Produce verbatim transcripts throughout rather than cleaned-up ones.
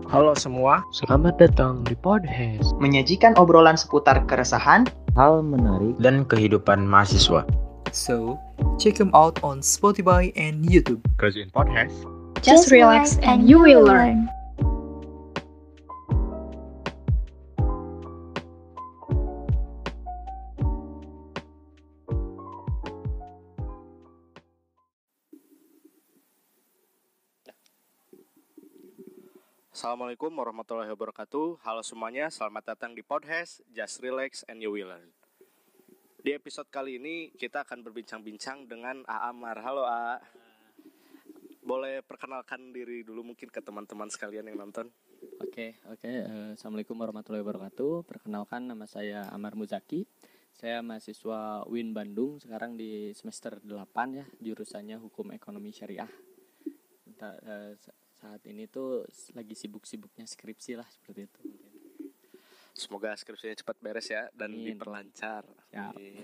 Halo semua, Selamat datang di Podcast, menyajikan obrolan seputar keresahan, hal menarik, dan kehidupan mahasiswa. So, check them out on Spotify and YouTube. Because in podcast, Just relax and you will learn. Assalamualaikum warahmatullahi wabarakatuh. Halo semuanya, selamat datang di podcast Just Relax and You Will Learn. Di episode kali ini kita akan berbincang-bincang dengan A Amar. Halo A. Boleh perkenalkan diri dulu mungkin ke teman-teman sekalian yang nonton. Oke, oke. Uh, Assalamualaikum warahmatullahi wabarakatuh. Perkenalkan, nama saya Amar Muzaki. Saya mahasiswa U I N Bandung, sekarang di semester delapan ya, jurusannya Hukum Ekonomi Syariah. Entah, uh, saat ini tuh lagi sibuk-sibuknya skripsi lah, seperti itu. Semoga skripsinya cepat beres ya dan Amin. diperlancar. Siap. Amin.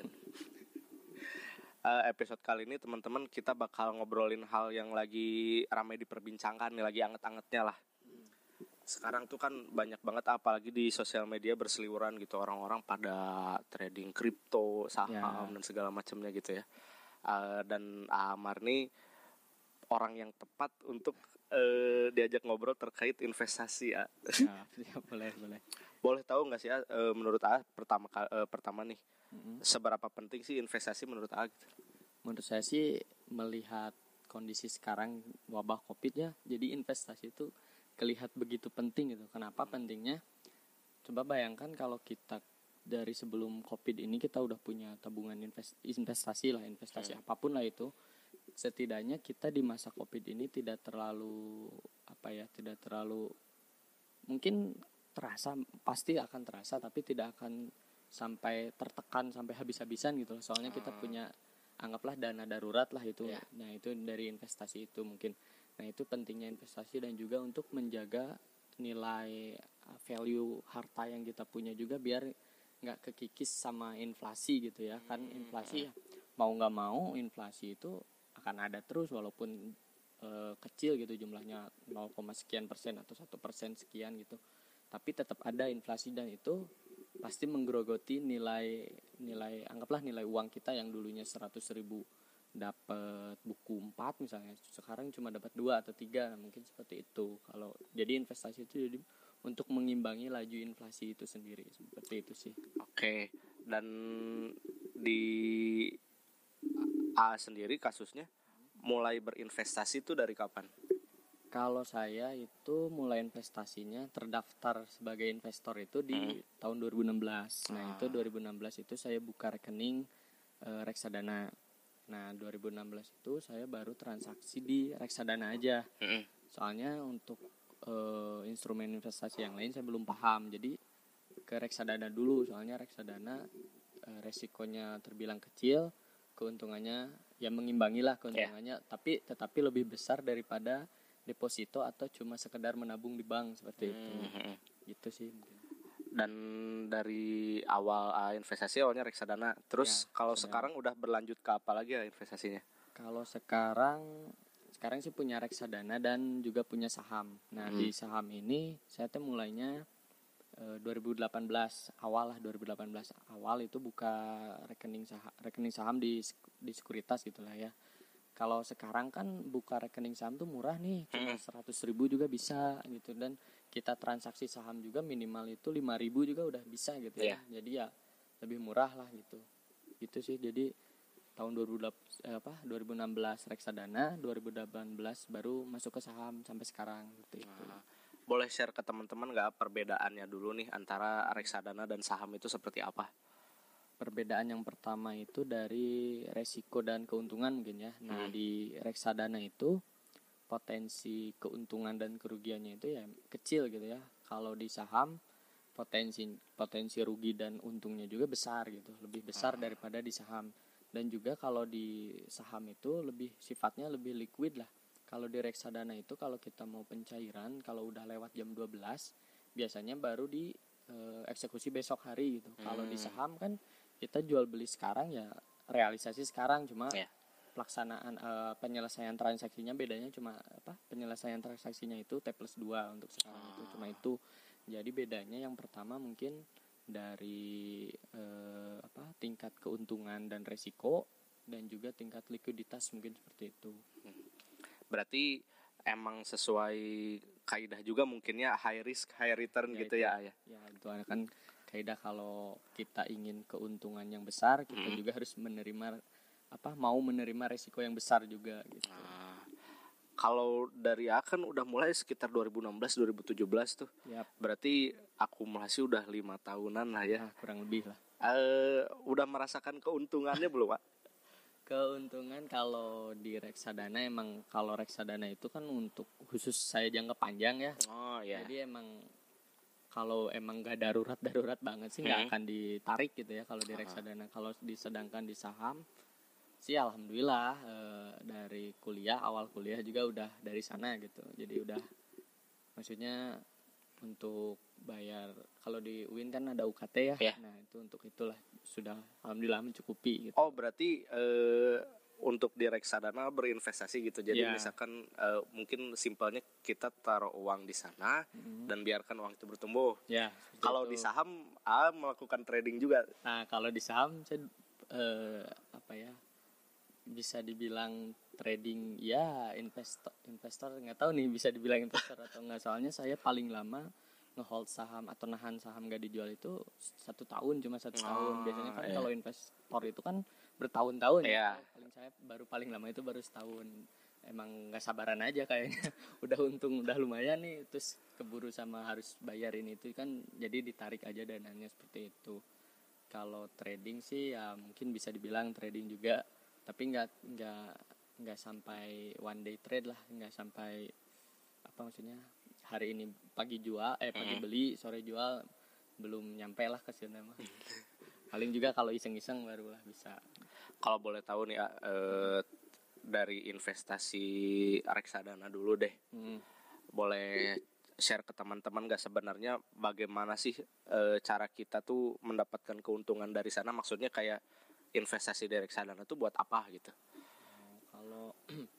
Uh, episode kali ini teman-teman kita bakal ngobrolin hal yang lagi ramai diperbincangkan nih, lagi anget-angetnya lah. Sekarang tuh kan banyak banget, apalagi di sosial media berseliweran gitu, orang-orang pada trading kripto, saham Ya. dan segala macamnya gitu ya. Uh, dan Amar nih orang yang tepat untuk uh, diajak ngobrol terkait investasi ya. Nah, ya, boleh, boleh. Boleh tahu nggak sih ya, uh, menurut A pertama uh, pertama nih Mm-hmm. seberapa penting sih investasi menurut A gitu? Menurut saya sih, melihat kondisi sekarang wabah Covid ya, jadi investasi itu kelihatan begitu penting gitu. Kenapa pentingnya? Coba bayangkan kalau kita dari sebelum Covid ini kita udah punya tabungan invest, investasi lah, investasi hmm. apapun lah itu. Setidaknya kita di masa Covid ini tidak terlalu apa ya, tidak terlalu mungkin terasa, pasti akan terasa, tapi tidak akan sampai tertekan sampai habis-habisan gitu. Soalnya kita punya, anggaplah dana darurat lah itu. Yeah. Nah, itu dari investasi itu mungkin. Nah, itu pentingnya investasi, dan juga untuk menjaga nilai value harta yang kita punya juga biar nggak kekikis sama inflasi gitu ya. Kan inflasi ya, mau nggak mau inflasi itu akan ada terus walaupun e, kecil gitu jumlahnya, nol, sekian persen atau satu persen sekian gitu. Tapi tetap ada inflasi, dan itu pasti menggerogoti nilai nilai anggaplah nilai uang kita yang dulunya seratus ribu dapat buku empat misalnya, sekarang cuma dapat dua atau tiga. Nah, mungkin seperti itu. Kalau jadi investasi itu jadi untuk mengimbangi laju inflasi itu sendiri, seperti itu sih. Oke, dan di A sendiri kasusnya mulai berinvestasi itu dari kapan? Kalau saya itu mulai investasinya, terdaftar sebagai investor itu di hmm. tahun dua ribu enam belas. Nah, ah. itu dua ribu enam belas itu saya buka rekening e, reksadana. Nah, dua ribu enam belas itu saya baru transaksi di reksadana aja. Hmm. Soalnya untuk e, instrumen investasi yang lain saya belum paham. Jadi ke reksadana dulu, soalnya reksadana e, resikonya terbilang kecil, keuntungannya ya mengimbangi lah keuntungannya, yeah. tapi tetapi lebih besar daripada deposito atau cuma sekedar menabung di bank seperti itu. Hmm. Gitu sih. Dan dari awal uh, investasi awalnya reksadana. Terus ya, kalau sekarang udah berlanjut ke apa lagi ya investasinya? Kalau sekarang sekarang sih punya reksadana dan juga punya saham. Nah, hmm. di saham ini saya tuh mulainya uh, dua ribu delapan belas awal lah, dua ribu delapan belas awal itu buka rekening saham, rekening saham di di sekuritas gitulah ya. Kalau sekarang kan buka rekening saham tuh murah nih, cuma seratus ribu juga bisa gitu, dan kita transaksi saham juga minimal itu lima ribu juga udah bisa gitu ya. Yeah. Jadi ya lebih murah lah gitu. Gitu sih. Jadi tahun dua ribu delapan, eh, apa, dua ribu enam belas reksadana, dua ribu delapan belas baru masuk ke saham sampai sekarang gitu. Nah, boleh share ke teman-teman enggak perbedaannya dulu nih antara reksadana dan saham itu seperti apa? Perbedaan yang pertama itu dari resiko dan keuntungan mungkin ya. Nah, hmm. di reksadana itu potensi keuntungan dan kerugiannya itu ya kecil gitu ya. Kalau di saham potensi potensi rugi dan untungnya juga besar gitu, lebih besar hmm. daripada di saham. Dan juga kalau di saham itu lebih sifatnya lebih liquid lah. Kalau di reksadana itu kalau kita mau pencairan, kalau udah lewat jam dua belas biasanya baru di e, eksekusi besok hari gitu. Hmm. Kalau di saham kan kita jual beli sekarang ya realisasi sekarang, cuma yeah. pelaksanaan uh, penyelesaian transaksinya bedanya cuma apa penyelesaian transaksinya itu T plus dua untuk sekarang itu cuma itu. Jadi bedanya yang pertama mungkin dari uh, apa tingkat keuntungan dan resiko dan juga tingkat likuiditas mungkin seperti itu. Berarti emang sesuai kaidah juga mungkinnya high risk high return Ya, gitu itu. ya ya. Ya itu kan kaidah kalau kita ingin keuntungan yang besar kita Hmm. juga harus menerima apa mau menerima resiko yang besar juga gitu. Nah, kalau dari A kan udah mulai sekitar dua ribu enam belas dua ribu tujuh belas tuh. Yap. Berarti akumulasi udah lima tahunan lah ya. Nah, kurang lebih lah. Eh, udah merasakan keuntungannya belum, Pak? Keuntungan kalau di reksadana emang kalau reksadana itu kan untuk khusus saya jangka panjang ya. Oh iya. Jadi emang kalau emang gak darurat darurat banget sih nggak Hmm. akan ditarik gitu ya kalau di Ah. reksadana. Kalau disedangkan di saham sih alhamdulillah eh, dari kuliah awal kuliah juga udah dari sana gitu. Jadi udah maksudnya untuk bayar kalau di U I N kan ada U K T ya. Ya. Nah itu untuk itulah sudah alhamdulillah mencukupi gitu. Oh berarti eh, untuk di reksadana berinvestasi gitu. Jadi Iya. misalkan eh, mungkin simpelnya kita taruh uang di sana Mhm. dan biarkan uang itu bertumbuh. Ya. seperti Kalau itu. di saham A melakukan trading juga. Nah kalau di saham saya eh, apa ya bisa dibilang trading ya investor investor nggak tahu nih bisa dibilang investor atau nggak soalnya saya paling lama ngehold saham atau nahan saham gak dijual itu satu tahun cuma satu Oh, tahun biasanya kan iya. kalau investor itu kan bertahun-tahun Iya. ya paling saya baru paling lama itu baru setahun emang nggak sabaran aja kayaknya udah untung udah lumayan nih terus keburu sama harus bayarin itu kan jadi ditarik aja dananya seperti itu. Kalau trading sih ya mungkin bisa dibilang trading juga tapi nggak nggak nggak sampai one day trade lah nggak sampai apa maksudnya hari ini pagi jual eh pagi Hmm. beli sore jual belum nyampe lah ke sana mah paling juga kalau iseng-iseng barulah bisa. Kalau boleh tahu nih A, eh, dari investasi reksadana dulu deh. Hmm. Boleh share ke teman-teman gak sebenarnya bagaimana sih eh, cara kita tuh mendapatkan keuntungan dari sana? Maksudnya kayak investasi di reksadana tuh buat apa gitu? Kalau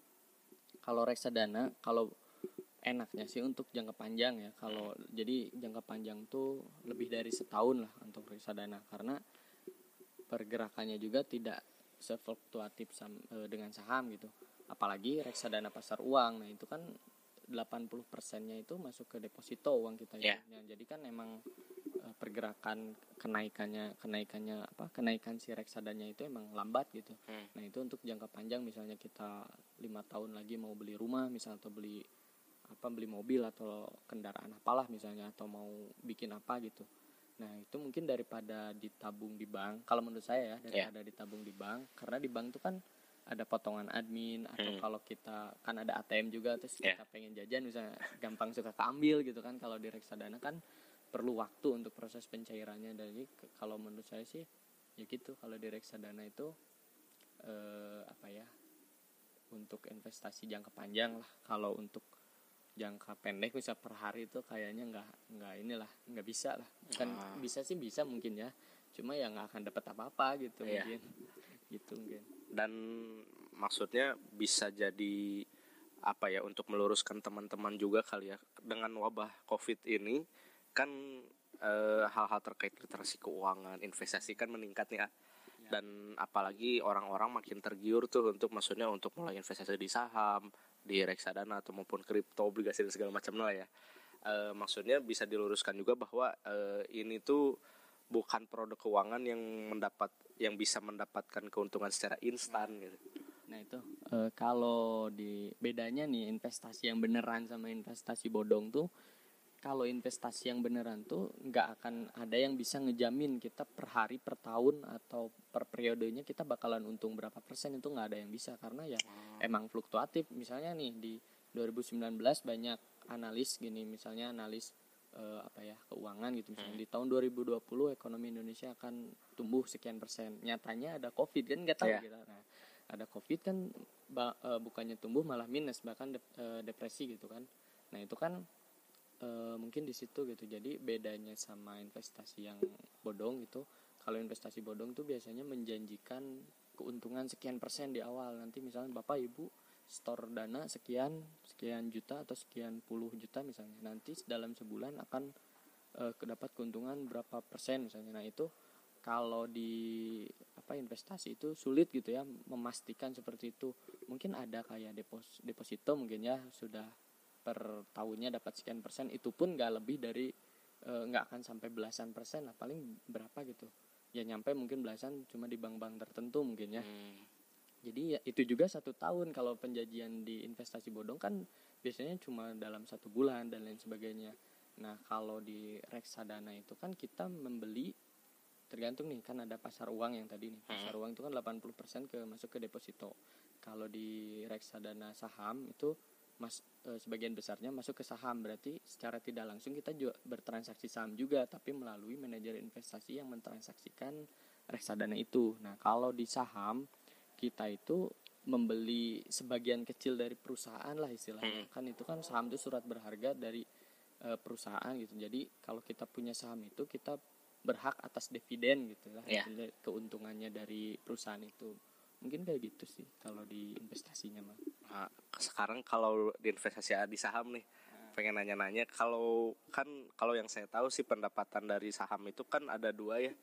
kalau reksadana kalau enaknya sih untuk jangka panjang ya. Kalau jadi jangka panjang tuh lebih dari setahun lah untuk reksadana karena pergerakannya juga tidak sefluktuatif sam- eh, dengan saham gitu. Apalagi reksadana pasar uang. Nah, itu kan delapan puluh persennya itu masuk ke deposito uang kita Yeah. ya. Jadi kan emang eh, pergerakan kenaikannya kenaikannya apa? Kenaikan si reksadanya itu emang lambat gitu. Hmm. Nah, itu untuk jangka panjang misalnya kita lima tahun lagi mau beli rumah misalnya atau beli apa beli mobil atau kendaraan apalah misalnya atau mau bikin apa gitu. Nah, itu mungkin daripada ditabung di bank. Kalau menurut saya ya daripada ditabung di bank karena di bank itu kan ada potongan admin atau Hmm. kalau kita kan ada A T M juga terus Yeah. kita pengen jajan misalnya gampang suka keambil gitu kan. Kalau di reksadana kan perlu waktu untuk proses pencairannya. Jadi ke- kalau menurut saya sih ya gitu kalau di reksadana itu eh, apa ya untuk investasi jangka panjang lah. Kalau untuk jangka pendek bisa per hari itu kayaknya nggak nggak inilah nggak bisa lah kan Ah. bisa sih bisa mungkin ya cuma ya nggak akan dapat apa-apa gitu Iya. mungkin gitu mungkin. Dan maksudnya bisa jadi apa ya untuk meluruskan teman-teman juga kali ya dengan wabah COVID ini kan eh, hal-hal terkait literasi keuangan, investasi kan meningkat nih ya. Dan apalagi orang-orang makin tergiur tuh untuk maksudnya untuk mulai investasi di saham, di reksadana atau maupun kripto, obligasi dan segala macam lah ya. E, maksudnya bisa diluruskan juga bahwa e, ini tuh bukan produk keuangan yang mendapat yang bisa mendapatkan keuntungan secara instan gitu. Nah itu eh, kalau di bedanya nih investasi yang beneran sama investasi bodong tuh kalau investasi yang beneran tuh nggak akan ada yang bisa ngejamin kita per hari per tahun atau per periodenya kita bakalan untung berapa persen itu nggak ada yang bisa karena ya emang fluktuatif. Misalnya nih di dua ribu sembilan belas banyak analis gini misalnya analis eh, apa ya keuangan gitu misalnya di tahun dua ribu dua puluh ekonomi Indonesia akan tumbuh sekian persen, nyatanya ada COVID kan nggak tahu Yeah. kita. Nah ada COVID kan ba- eh, bukannya tumbuh malah minus bahkan dep- eh, depresi gitu kan. Nah itu kan e, mungkin di situ gitu. Jadi bedanya sama investasi yang bodong itu, kalau investasi bodong tuh biasanya menjanjikan keuntungan sekian persen di awal. Nanti misalnya Bapak Ibu store dana sekian sekian juta atau sekian puluh juta misalnya. Nanti dalam sebulan akan uh, dapat keuntungan berapa persen misalnya. Nah, itu kalau di apa investasi itu sulit gitu ya memastikan seperti itu. Mungkin ada kayak depos deposito mungkin ya sudah per tahunnya dapat sekian persen, itu pun nggak lebih dari nggak e, akan sampai belasan persen lah, paling berapa gitu ya, nyampe mungkin belasan cuma di bank-bank tertentu mungkin ya. hmm. Jadi ya itu juga satu tahun. Kalau penjajian di investasi bodong kan biasanya cuma dalam satu bulan dan lain sebagainya. Nah, kalau di reksadana itu kan kita membeli tergantung nih, kan ada pasar uang yang tadi nih, pasar hmm. uang itu kan delapan puluh persen ke masuk ke deposito. Kalau di reksadana saham itu Mas, e, sebagian besarnya masuk ke saham, berarti secara tidak langsung kita juga bertransaksi saham juga, tapi melalui manajer investasi yang mentransaksikan reksadana itu. Nah, kalau di saham kita itu membeli sebagian kecil dari perusahaan lah istilahnya. Hmm. Kan itu kan saham itu surat berharga dari e, perusahaan gitu. Jadi kalau kita punya saham itu kita berhak atas dividen gitu lah, yeah. keuntungannya dari perusahaan itu. Mungkin kayak gitu sih kalau di investasinya mah. Nah, sekarang kalau di investasi di saham nih, nah. pengen nanya-nanya, kalau kan kalau yang saya tahu sih pendapatan dari saham itu kan ada dua ya,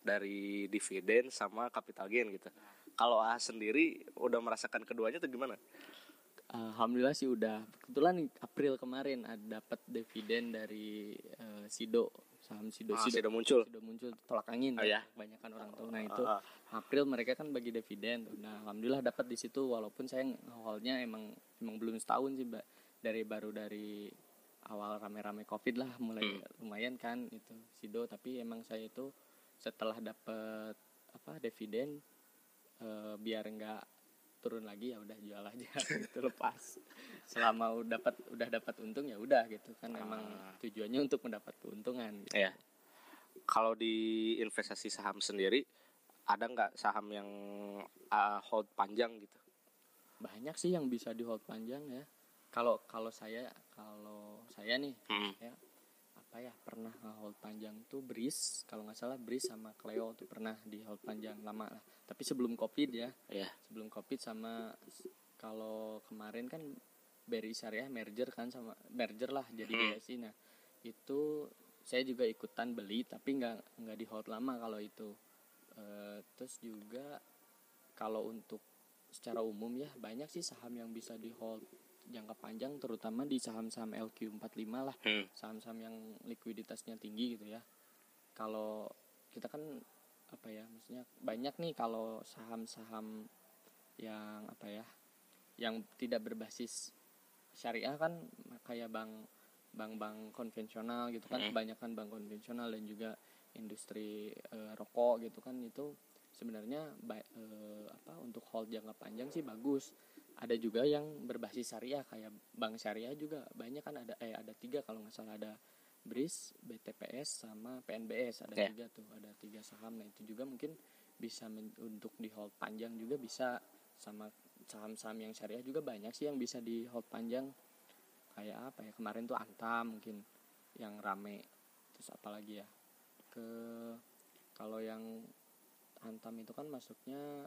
dari dividen sama capital gain gitu. Nah. Kalau A sendiri udah merasakan keduanya tuh gimana? Alhamdulillah sih udah. Kebetulan April kemarin ada dapat dividen dari uh, Sido. Saham Sido, ah, Sido, Sido muncul, Sido muncul tolak angin oh, ya. Kebanyakan orang tahu. Nah itu uh, uh. April mereka kan bagi dividen tuh. Nah alhamdulillah dapat di situ, walaupun saya awalnya emang emang belum setahun sih mbak, dari baru dari awal rame-rame covid lah mulai hmm. lumayan kan itu Sido, tapi emang saya itu setelah dapat apa dividen e, biar enggak turun lagi ya udah jual aja gitu, lepas selama udah dapat udah dapat untung ya udah gitu kan. ah. Emang tujuannya untuk mendapat keuntungan gitu. Ya. Kalau di investasi saham sendiri ada nggak saham yang uh, hold panjang gitu? Banyak sih yang bisa di hold panjang ya. Kalau kalau saya kalau saya nih hmm. ya apa ya pernah hold panjang tuh Breeze, kalau nggak salah Breeze sama Cleo tuh pernah di hold panjang lama lah. Tapi sebelum Covid ya. Yeah. Sebelum Covid sama kalau kemarin kan B R I Syariah merger kan sama merger lah jadi hmm. B S I. Nah, itu saya juga ikutan beli tapi nggak nggak di hold lama kalau itu. E, terus juga kalau untuk secara umum ya banyak sih saham yang bisa di hold jangka panjang, terutama di saham-saham L Q empat puluh lima lah, hmm. saham-saham yang likuiditasnya tinggi gitu ya. Kalau kita kan apa ya, maksudnya banyak nih kalau saham-saham yang apa ya, yang tidak berbasis syariah kan kayak bank bank-bank konvensional gitu kan, hmm. kebanyakan bank konvensional dan juga industri e, rokok gitu kan, itu sebenarnya ba- e, apa untuk hold jangka panjang sih bagus. Ada juga yang berbasis syariah kayak bank syariah juga banyak kan, ada eh ada tiga kalau nggak salah, ada Breeze, B T P S sama P N B S, ada yeah. tiga tuh, ada tiga saham. Nah itu juga mungkin bisa men- untuk di hold panjang juga bisa, sama saham-saham yang syariah juga banyak sih yang bisa di hold panjang. Kayak apa ya, kemarin tuh Antam mungkin yang rame, terus apalagi ya, ke kalau yang Antam itu kan masuknya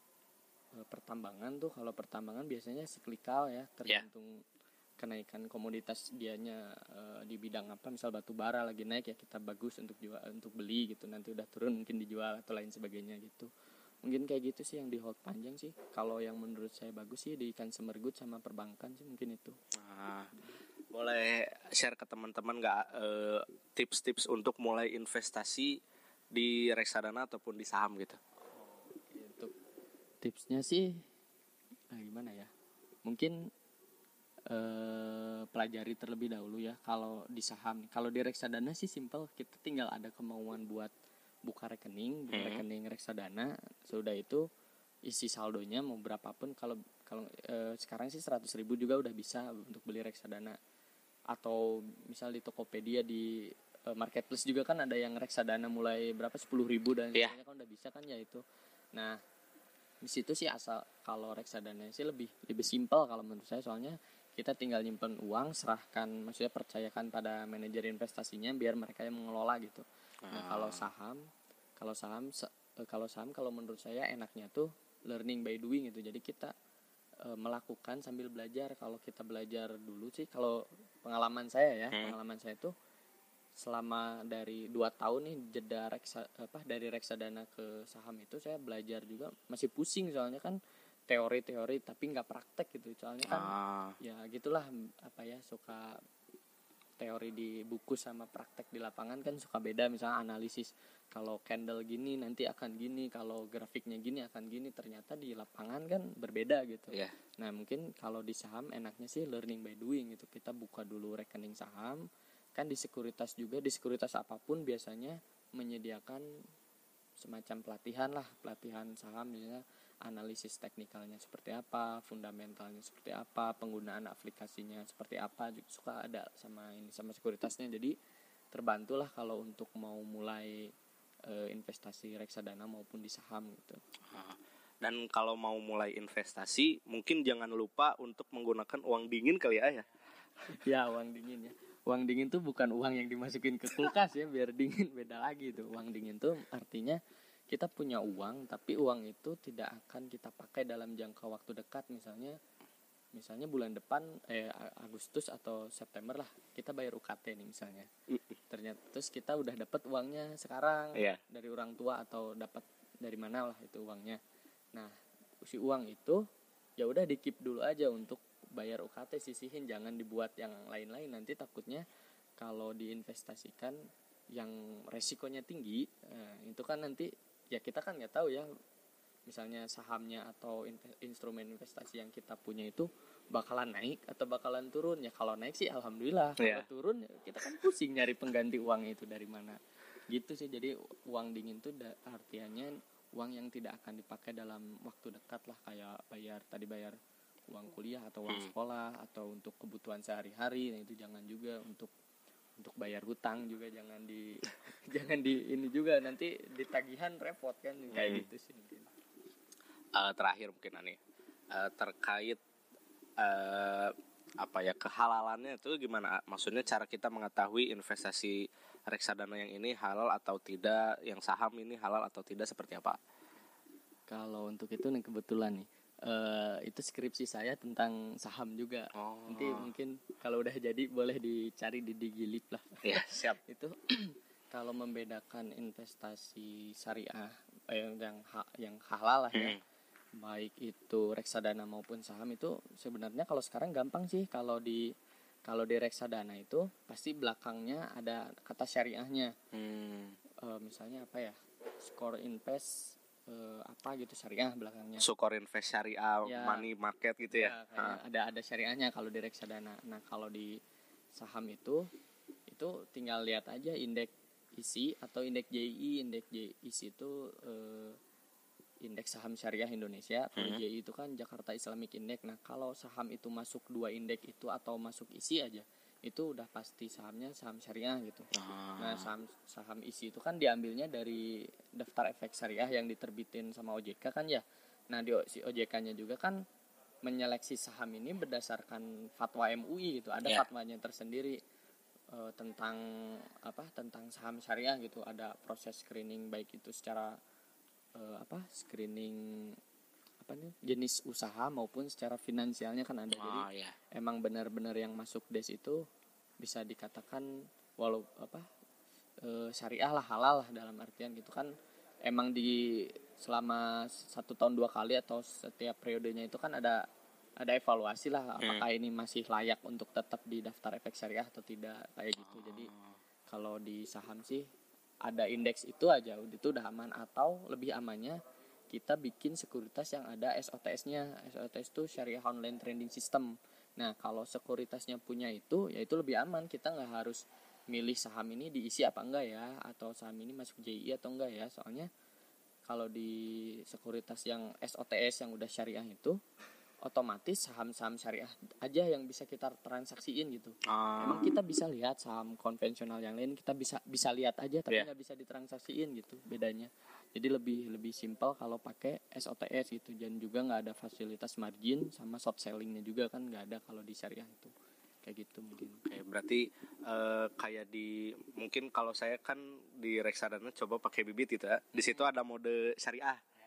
pertambangan tuh. Kalau pertambangan biasanya siklikal ya, tergantung yeah. kenaikan komoditas dianya e, di bidang apa. Misal batu bara lagi naik ya kita bagus untuk jual, untuk beli gitu, nanti udah turun mungkin dijual atau lain sebagainya gitu. Mungkin kayak gitu sih yang di hold panjang sih. Kalau yang menurut saya bagus sih di consumer goods sama perbankan sih mungkin itu. Nah, boleh share ke teman-teman nggak e, tips-tips untuk mulai investasi di reksadana ataupun di saham gitu? Tipsnya sih nah gimana ya, mungkin eh, pelajari terlebih dahulu ya kalau di saham. Kalau di reksadana sih simple, kita tinggal ada kemauan buat buka rekening, buka hmm. rekening reksadana, sudah itu isi saldonya mau berapapun. Kalau kalau eh, sekarang sih seratus ribu juga udah bisa untuk beli reksadana. Atau misal di Tokopedia, di eh, marketplace juga kan ada yang reksadana mulai berapa sepuluh ribu dan yeah. sebagainya kan udah bisa kan ya itu. Nah di situ sih asal kalau reksadana sih lebih lebih simpel kalau menurut saya, soalnya kita tinggal nyimpen uang, serahkan, maksudnya percayakan pada manajer investasinya biar mereka yang mengelola gitu. Nah, ah. kalau saham, kalau saham kalau saham kalau menurut saya enaknya tuh learning by doing gitu. Jadi kita e, melakukan sambil belajar. Kalau kita belajar dulu sih, kalau pengalaman saya ya, hmm. pengalaman saya tuh selama dari dua tahun nih jeda reksa, apa dari reksadana ke saham itu saya belajar juga masih pusing soalnya kan teori-teori tapi nggak praktek gitu. Soalnya kan ah. ya gitulah apa ya suka teori di buku sama praktek di lapangan kan suka beda. Misalnya analisis kalau candle gini nanti akan gini, kalau grafiknya gini akan gini, ternyata di lapangan kan berbeda gitu. Yeah. Nah mungkin kalau di saham enaknya sih learning by doing gitu. Kita buka dulu rekening saham, kan di sekuritas juga, di sekuritas apapun biasanya menyediakan semacam pelatihan lah, pelatihan saham misalnya analisis teknikalnya seperti apa, fundamentalnya seperti apa, penggunaan aplikasinya seperti apa, juga suka ada sama ini sama sekuritasnya. Jadi terbantulah kalau untuk mau mulai e, investasi reksadana maupun di saham gitu. Dan kalau mau mulai investasi mungkin jangan lupa untuk menggunakan uang dingin kali ya ya. Ya uang dingin ya. Uang dingin tuh bukan uang yang dimasukin ke kulkas ya biar dingin, beda lagi tuh. Uang dingin tuh artinya kita punya uang tapi uang itu tidak akan kita pakai dalam jangka waktu dekat. Misalnya misalnya bulan depan eh Agustus atau September lah kita bayar U K T nih misalnya. Ternyata terus kita udah dapat uangnya sekarang yeah. dari orang tua atau dapat dari mana lah itu uangnya. Nah, si uang itu ya udah di-keep dulu aja untuk bayar U K T, sisihin, jangan dibuat yang lain-lain. Nanti takutnya kalau diinvestasikan yang resikonya tinggi, nah, itu kan nanti ya kita kan nggak tahu ya, misalnya sahamnya atau in- instrumen investasi yang kita punya itu bakalan naik atau bakalan turun. Ya kalau naik sih alhamdulillah, yeah. Kalau turun ya kita kan pusing nyari pengganti uang itu dari mana. Gitu sih. Jadi uang dingin itu da- artinya uang yang tidak akan dipakai dalam waktu dekat lah, kayak bayar tadi bayar uang kuliah atau uang sekolah atau untuk kebutuhan sehari-hari. Nah itu jangan juga untuk untuk bayar hutang juga jangan di jangan di ini juga nanti ditagihan repot kan kayak hmm. gitu sih mungkin. Uh, terakhir mungkin Ani uh, terkait uh, apa ya kehalalannya itu gimana? Maksudnya cara kita mengetahui investasi reksadana yang ini halal atau tidak, yang saham ini halal atau tidak, seperti apa? Kalau untuk itu nih kebetulan nih Uh, itu skripsi saya tentang saham juga. Oh. Nanti mungkin kalau udah jadi boleh dicari di Digilip lah. Iya, siap. Itu kalau membedakan investasi syariah eh, yang ha, yang halal lah ya. Hmm. Baik itu reksadana maupun saham itu sebenarnya kalau sekarang gampang sih. Kalau di kalau di reksadana itu pasti belakangnya ada kata syariahnya. Hmm. Uh, misalnya apa ya? Score invest Uh, apa gitu syariah belakangnya. Sukor invest syariah, ya, money market gitu ya. ya ada ada syariahnya kalau di reksadana. Nah kalau di saham itu itu tinggal lihat aja indeks I S I atau indeks J I. Indeks J I S I itu uh, indeks saham syariah Indonesia. Kalau hmm. J I itu kan Jakarta Islamic Index. Nah kalau saham itu masuk dua indeks itu atau masuk I S I aja, itu udah pasti sahamnya saham syariah gitu. Ah. Nah saham saham I S I itu kan diambilnya dari daftar efek syariah yang diterbitin sama O J K kan ya. Nah di si O J K-nya juga kan menyeleksi saham ini berdasarkan fatwa M U I gitu. Ada yeah. fatwanya tersendiri e, tentang apa tentang saham syariah gitu. Ada proses screening baik itu secara e, apa screening apa nih jenis usaha maupun secara finansialnya kan ada. Oh, jadi yeah. emang benar-benar yang masuk des itu bisa dikatakan walau apa e, syariah lah, halal lah dalam artian gitu kan. Emang di selama satu tahun dua kali atau setiap periodenya itu kan ada ada evaluasi lah apakah hmm. ini masih layak untuk tetap di daftar efek syariah atau tidak kayak gitu. Oh. Jadi kalau di saham sih ada indeks itu aja itu udah aman, atau lebih amannya kita bikin sekuritas yang ada S O T S-nya. S O T S itu Syariah Online Trading System. Nah, kalau sekuritasnya punya itu, ya itu lebih aman. Kita nggak harus milih saham ini diisi apa enggak ya, atau saham ini masuk J I atau enggak ya. Soalnya kalau di sekuritas yang S O T S yang udah syariah itu, otomatis saham-saham syariah aja yang bisa kita transaksiin gitu. Ah. Emang kita bisa lihat saham konvensional yang lain, kita bisa bisa lihat aja tapi nggak yeah. bisa ditransaksiin gitu bedanya. Jadi lebih lebih simpel kalau pakai S O T S gitu, dan juga nggak ada fasilitas margin sama short sellingnya juga kan nggak ada kalau di syariah itu. Kayak gitu mungkin. Kayak berarti uh, kayak di mungkin kalau saya kan di reksadana coba pakai bibit gitu ya. Di situ ada mode syariah.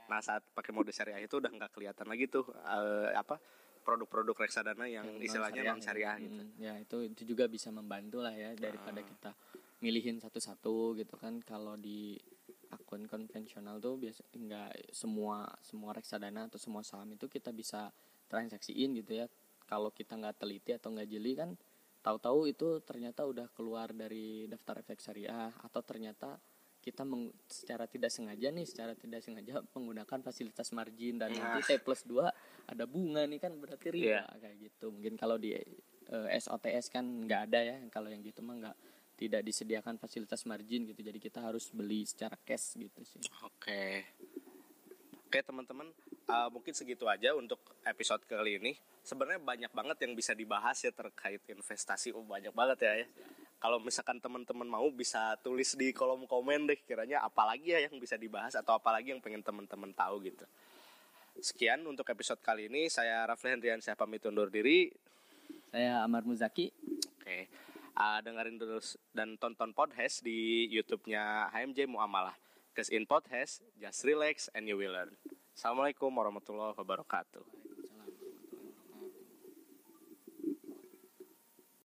Nah saat pakai mode syariah itu udah nggak kelihatan lagi tuh uh, apa produk-produk reksadana yang Yang istilahnya non syariah gitu. Hmm, ya itu itu juga bisa membantu lah ya daripada Ah. kita milihin satu-satu gitu kan. Kalau di akun konvensional tuh biasa nggak semua semua reksadana atau semua saham itu kita bisa transaksiin gitu ya. Kalau kita nggak teliti atau nggak jeli kan, tahu-tahu itu ternyata udah keluar dari daftar efek syariah, atau ternyata kita meng, secara tidak sengaja nih secara tidak sengaja menggunakan fasilitas margin dan Nah. nanti T plus dua ada bunga nih kan, berarti riba. Iya. Kayak gitu. Mungkin kalau di eh, S O T S kan nggak ada ya, kalau yang gitu mah nggak, tidak disediakan fasilitas margin gitu, jadi kita harus beli secara cash gitu sih. Oke. Oke teman-teman, uh, mungkin segitu aja untuk episode kali ini. Sebenarnya banyak banget yang bisa dibahas ya terkait investasi, oh banyak banget ya ya. Kalau misalkan teman-teman mau bisa tulis di kolom komen deh kiranya apalagi ya yang bisa dibahas atau apalagi yang pengen teman-teman tahu gitu. Sekian untuk episode kali ini, saya Rafli Hendriansyah pamit undur diri. Saya Amar Muzaki. Oke. Uh, dengerin terus dan tonton podcast di YouTube-nya H M J Muamalah. Cause in podcast, just relax and you will learn. Assalamualaikum warahmatullahi wabarakatuh.